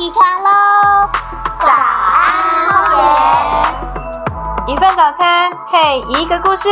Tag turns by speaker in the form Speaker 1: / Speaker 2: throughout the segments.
Speaker 1: 起床喽！早安，荒野。
Speaker 2: 一份早餐配一个故事。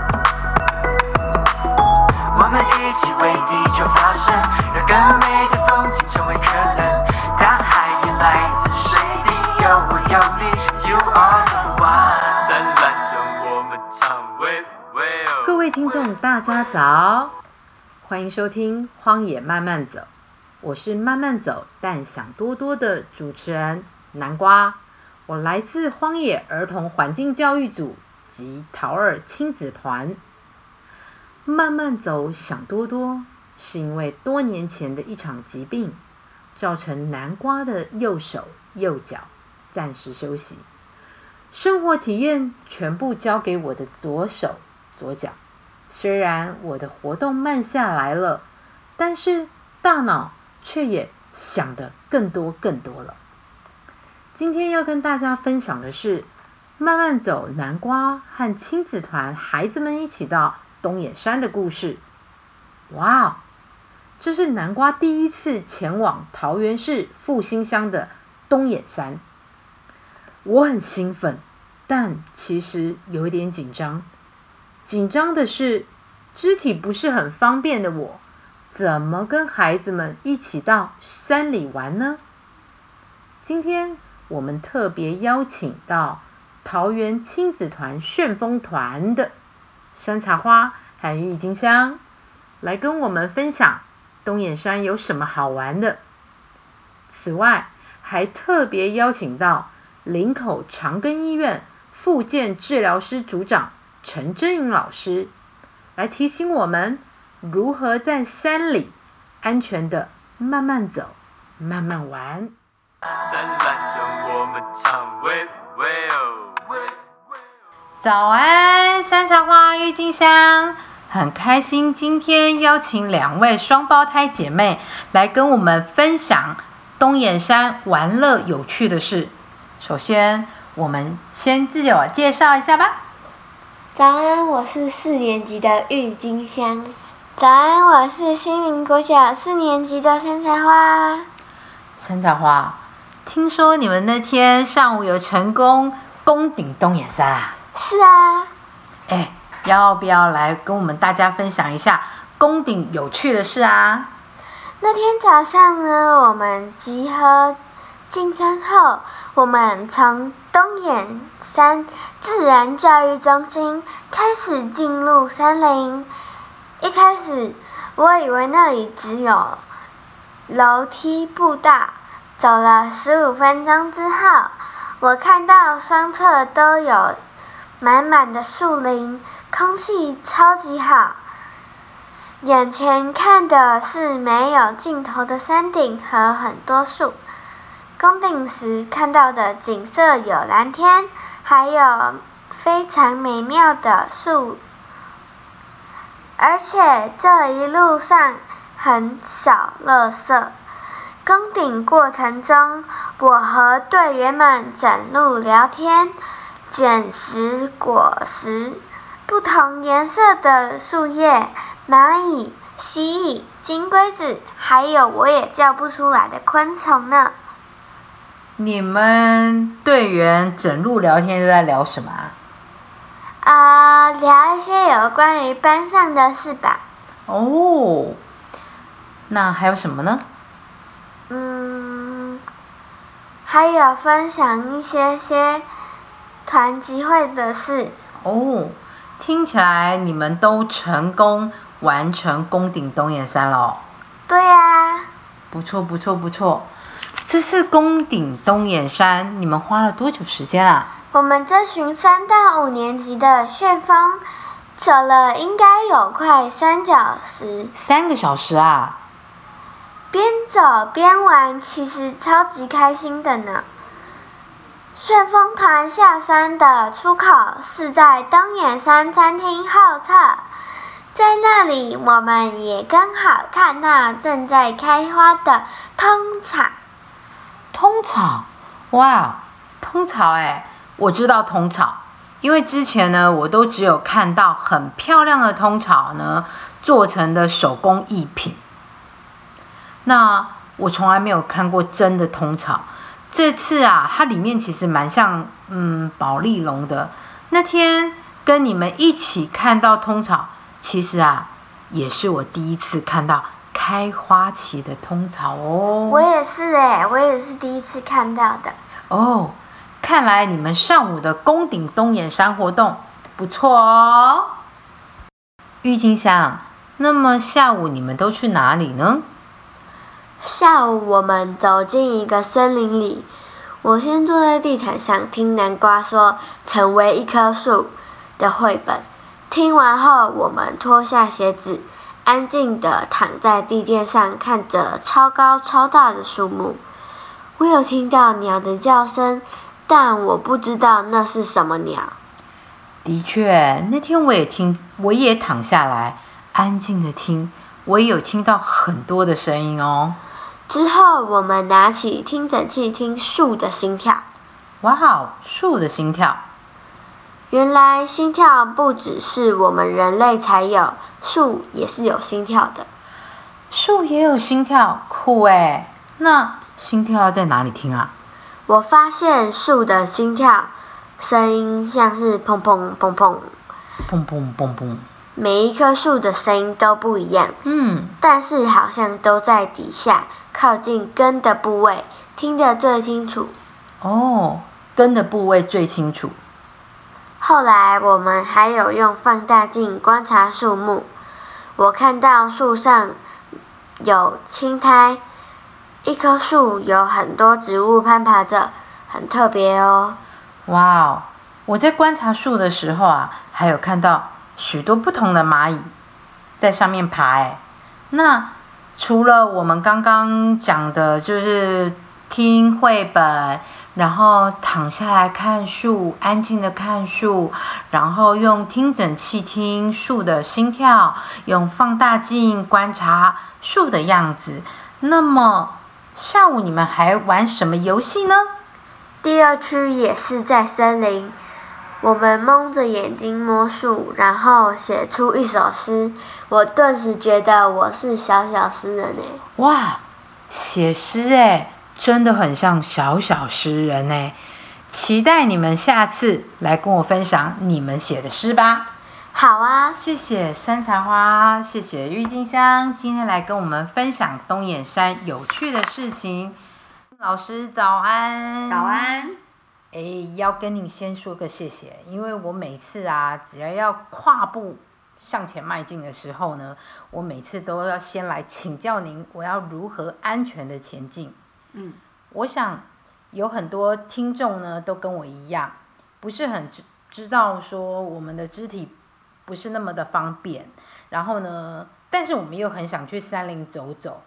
Speaker 3: 我们一起为地球发声，让更美的风景成为可能。大海也来自水滴，有我有你 ，You are the one。灿烂中我们唱喂喂哦。
Speaker 2: 各位听众，大家早，欢迎收听《荒野慢慢走》，我是慢慢走但想多多的主持人南瓜。我来自荒野儿童环境教育组及桃儿亲子团。慢慢走想多多，是因为多年前的一场疾病，造成南瓜的右手右脚暂时休息，生活体验全部交给我的左手左脚。虽然我的活动慢下来了，但是大脑却也想得更多了。今天要跟大家分享的是慢慢走南瓜和亲子团孩子们一起到东眼山的故事。哇，这是南瓜第一次前往桃园市复兴乡的东眼山。我很兴奋，但其实有一点紧张。紧张的是肢体不是很方便的我，怎么跟孩子们一起到山里玩呢？今天我们特别邀请到桃园亲子团旋风团的山茶花和郁金香来跟我们分享东眼山有什么好玩的。此外，还特别邀请到林口长庚医院复健治疗师组长陈真颖老师来提醒我们如何在山里安全的慢慢走慢慢玩。
Speaker 3: 灿烂中我们唱喂喂哦。
Speaker 2: 早安，山茶花郁金香，很开心今天邀请2位双胞胎姐妹来跟我们分享东眼山玩乐有趣的事。首先，我们先自我介绍一下吧。
Speaker 1: 早安，我是4年级的郁金香。早安，我是新林国小4年级的山茶花。
Speaker 2: 山茶花，听说你们那天上午有成功攻顶东眼山啊？
Speaker 1: 是啊。
Speaker 2: 要不要来跟我们大家分享一下攻顶有趣的事啊？
Speaker 1: 那天早上呢，我们集合进山后，我们从东眼山自然教育中心开始进入山林。一开始我以为那里只有楼梯步道，走了15分钟之后，我看到双侧都有满满的树林，空气超级好。眼前看的是没有尽头的山顶和很多树。攻顶时看到的景色有蓝天，还有非常美妙的树，而且这一路上很少垃圾。攻顶过程中，我和队员们整路聊天，捡拾果实，不同颜色的树叶，蚂蚁、蜥蜴、金龟子，还有我也叫不出来的昆虫呢。
Speaker 2: 你们队员整路聊天都在聊什么
Speaker 1: 聊一些有关于班上的事吧。
Speaker 2: 哦，那还有什么呢？
Speaker 1: 还有分享一些团集会的事。
Speaker 2: 哦，听起来你们都成功完成攻顶东眼山了。
Speaker 1: 对啊。
Speaker 2: 不错。这次攻顶东眼山，你们花了多久时间啊？
Speaker 1: 我们这群3到5年级的旋风走了应该有快3小时。
Speaker 2: 3个小时啊？
Speaker 1: 边走边玩，其实超级开心的呢。旋风团下山的出口是在东眼山餐厅后侧，在那里我们也刚好看到正在开花的通草。
Speaker 2: 通草，哇，通草我知道通草，因为之前呢，我都只有看到很漂亮的通草呢做成的手工艺品。那我从来没有看过真的通草。这次啊，它里面其实蛮像保丽龙的。那天跟你们一起看到通草，其实啊，也是我第一次看到开花期的通草哦。
Speaker 1: 我也是我也是第一次看到的。
Speaker 2: 哦，看来你们上午的宫顶东眼山活动不错哦。郁金香，那么下午你们都去哪里呢？
Speaker 1: 下午我们走进一个森林里，我先坐在地毯上听南瓜说《成为一棵树》的绘本。听完后，我们脱下鞋子，安静地躺在地垫上，看着超高超大的树木。我有听到鸟的叫声，但我不知道那是什么鸟。
Speaker 2: 的确，那天我也躺下来，安静的听，我也有听到很多的声音哦。
Speaker 1: 之后，我们拿起听诊器听树的心跳。
Speaker 2: 哇哦，树的心跳！
Speaker 1: 原来心跳不只是我们人类才有，树也是有心跳的。
Speaker 2: 树也有心跳，酷诶。那心跳在哪里听啊？
Speaker 1: 我发现树的心跳声音像是砰砰砰砰，
Speaker 2: 砰砰砰砰。
Speaker 1: 每一棵树的声音都不一样，但是好像都在底下，靠近根的部位，听得最清楚。
Speaker 2: 哦，根的部位最清楚。
Speaker 1: 后来我们还有用放大镜观察树木，我看到树上有青苔，一棵树有很多植物攀爬着，很特别哦。
Speaker 2: 哇哦！我在观察树的时候啊，还有看到许多不同的蚂蚁在上面爬诶。那除了我们刚刚讲的，就是听绘本，然后躺下来看树，安静的看树，然后用听诊器听树的心跳，用放大镜观察树的样子。那么下午你们还玩什么游戏呢？
Speaker 1: 第二区也是在森林，我们蒙着眼睛摸树，然后写出一首诗。我顿时觉得我是小小诗人诶。
Speaker 2: 哇，写诗诶，真的很像小小诗人诶。期待你们下次来跟我分享你们写的诗吧。
Speaker 1: 好啊，
Speaker 2: 谢谢山茶花，谢谢郁金香，今天来跟我们分享东眼山有趣的事情。老师早安。
Speaker 4: 早安。
Speaker 2: 要跟你先说个谢谢，因为我每次啊，只要跨步向前迈进的时候呢，我每次都要先来请教您，我要如何安全的前进。我想有很多听众呢，都跟我一样，不是很知道说我们的肢体不是那么的方便，然后呢，但是我们又很想去山林走走。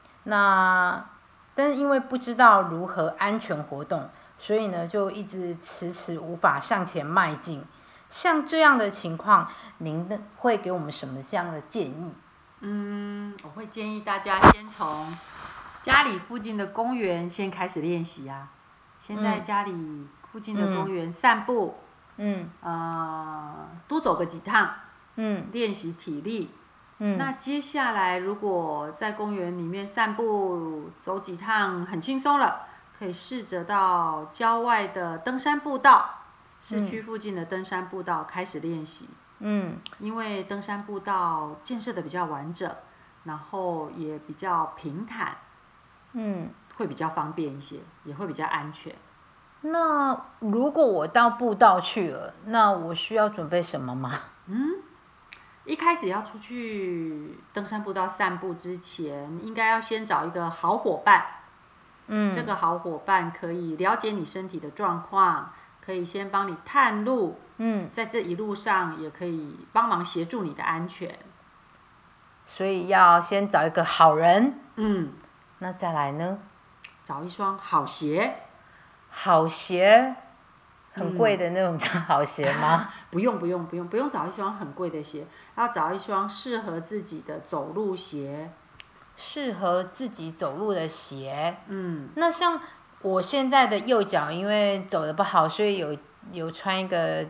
Speaker 2: 但是因为不知道如何安全活动，所以呢，就一直迟迟无法向前迈进。像这样的情况，您会给我们什么样的建议？
Speaker 4: 我会建议大家先从家里附近的公园先开始练习啊。先在家里附近的公园散步，多走个几趟，练习体力。那接下来如果在公园里面散步走几趟很轻松了，可以试着到郊外的登山步道，市区附近的登山步道开始练习。因为登山步道建设的比较完整，然后也比较平坦，会比较方便一些，也会比较安全。
Speaker 2: 那如果我到步道去了，那我需要准备什么吗？
Speaker 4: 一开始要出去登山步道散步之前，应该要先找一个好伙伴。这个好伙伴可以了解你身体的状况，可以先帮你探路，在这一路上也可以帮忙协助你的安全。
Speaker 2: 所以要先找一个好人。那再来呢？
Speaker 4: 找一双好鞋。
Speaker 2: 好鞋，很贵的那种叫好鞋吗？
Speaker 4: 不用找一双很贵的鞋，要找一双适合自己的走路鞋。
Speaker 2: 适合自己走路的鞋。那像我现在的右脚，因为走得不好，所以有穿一个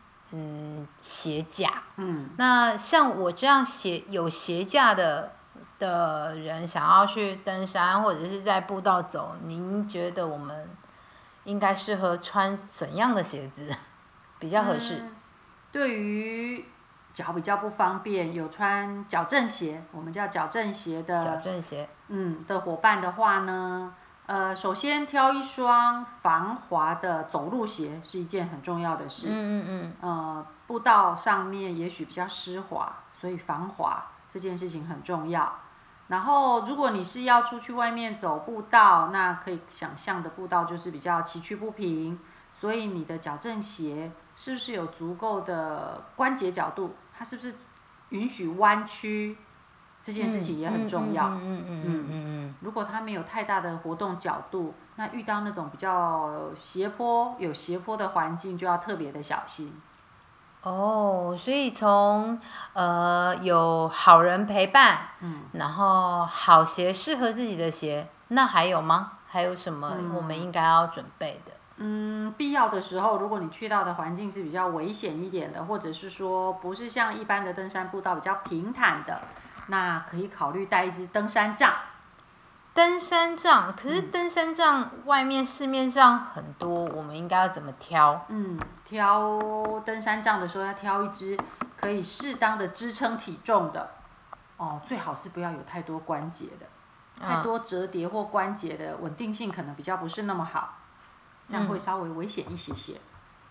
Speaker 2: 鞋架。那像我这样有鞋架的的人想要去登山或者是在步道走，您觉得我们应该适合穿怎样的鞋子比较合适？
Speaker 4: 对于脚比较不方便，有穿矫正鞋，我们叫矫正鞋的的伙伴的话呢，首先挑一双防滑的走路鞋是一件很重要的事。步道上面也许比较湿滑，所以防滑这件事情很重要。然后，如果你是要出去外面走步道，那可以想象的步道就是比较崎岖不平，所以你的矫正鞋是不是有足够的关节角度？它是不是允许弯曲？这件事情也很重要。如果它没有太大的活动角度，那遇到那种比较有斜坡的环境，就要特别的小心。
Speaker 2: 所以从有好人陪伴，然后好鞋适合自己的鞋，那还有吗？还有什么我们应该要准备的？
Speaker 4: 必要的时候，如果你去到的环境是比较危险一点的，或者是说不是像一般的登山步道比较平坦的，那可以考虑带一支登山杖。
Speaker 2: 登山杖，可是登山杖外面市面上很多，我们应该要怎么挑？
Speaker 4: 挑登山杖的时候要挑一支可以适当的支撑体重的。最好是不要有太多关节的，太多折叠或关节的稳定性可能比较不是那么好，这样会稍微危险一些些。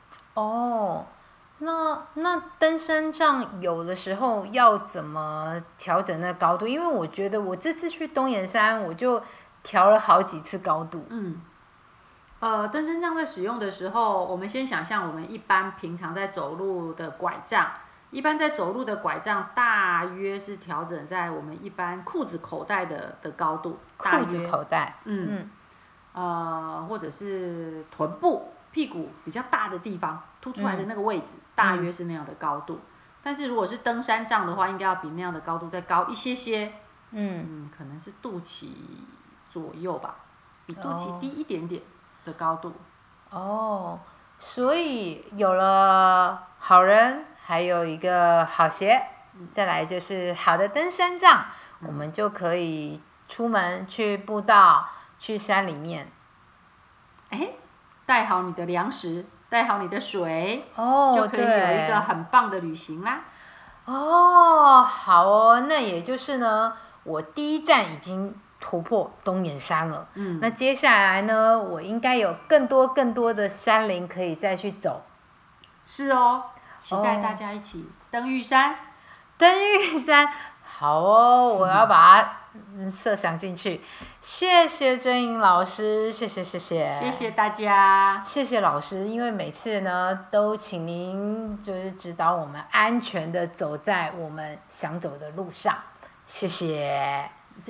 Speaker 2: 那登山杖有的时候要怎么调整那高度？因为我觉得我这次去东岩山，我就调了好几次高度。
Speaker 4: 登山杖在使用的时候，我们先想象我们一般平常在走路的拐杖，一般在走路的拐杖大约是调整在我们一般裤子口袋的高度，
Speaker 2: 裤子口袋，
Speaker 4: 或者是臀部。屁股比较大的地方凸出来的那个位置，大约是那样的高度。但是如果是登山杖的话，应该要比那样的高度再高一些些。可能是肚脐左右吧，比肚脐低一点点的高度。
Speaker 2: 所以有了好人，还有一个好鞋，再来就是好的登山杖，我们就可以出门去步道，去山里面。
Speaker 4: 带好你的粮食，带好你的水，就可以有一个很棒的旅行啦。
Speaker 2: 好哦，那也就是呢，我第一站已经突破东岩山了。那接下来呢，我应该有更多的山林可以再去走。
Speaker 4: 是哦，期待大家一起登玉山。
Speaker 2: 好哦，我要把它设想进去。谢谢真颖老师，谢谢
Speaker 4: 大家，
Speaker 2: 谢谢老师，因为每次呢都请您就是指导我们安全的走在我们想走的路上，谢谢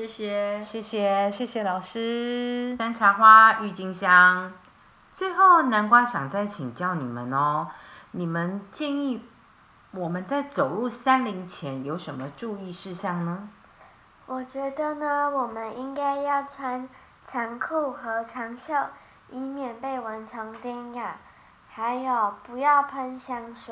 Speaker 2: 老师。山茶花郁金香，最后南瓜想再请教你们你们建议我们在走入山林前有什么注意事项呢？
Speaker 1: 我觉得呢，我们应该要穿长裤和长袖，以免被蚊虫叮咬。还有，不要喷香水。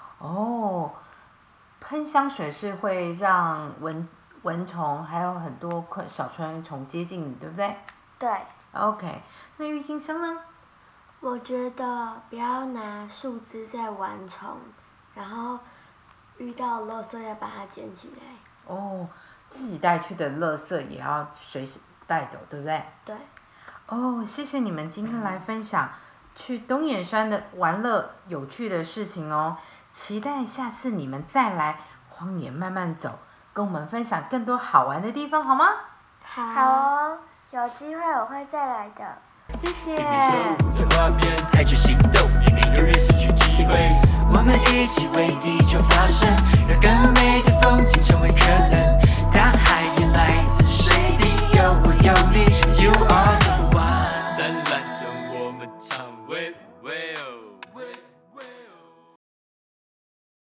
Speaker 2: 喷香水是会让蚊虫还有很多小昆虫接近你，对不对？
Speaker 1: 对。
Speaker 2: OK， 那郁金香呢？
Speaker 1: 我觉得不要拿树枝在玩虫，然后遇到垃圾要把它捡起来。
Speaker 2: 自己带去的垃圾也要随时带走，对不对？
Speaker 1: 对。
Speaker 2: 谢谢你们今天来分享去东岩山的玩乐有趣的事情期待下次你们再来荒野慢慢走，跟我们分享更多好玩的地方，好吗？
Speaker 1: 好哦，有机会我会再来的。
Speaker 2: 谢谢。
Speaker 3: 在画面采取行动，也没有人失去机会。我们一起为地球发声，让更美的风景成为可能。大海也来自水滴，有我有你。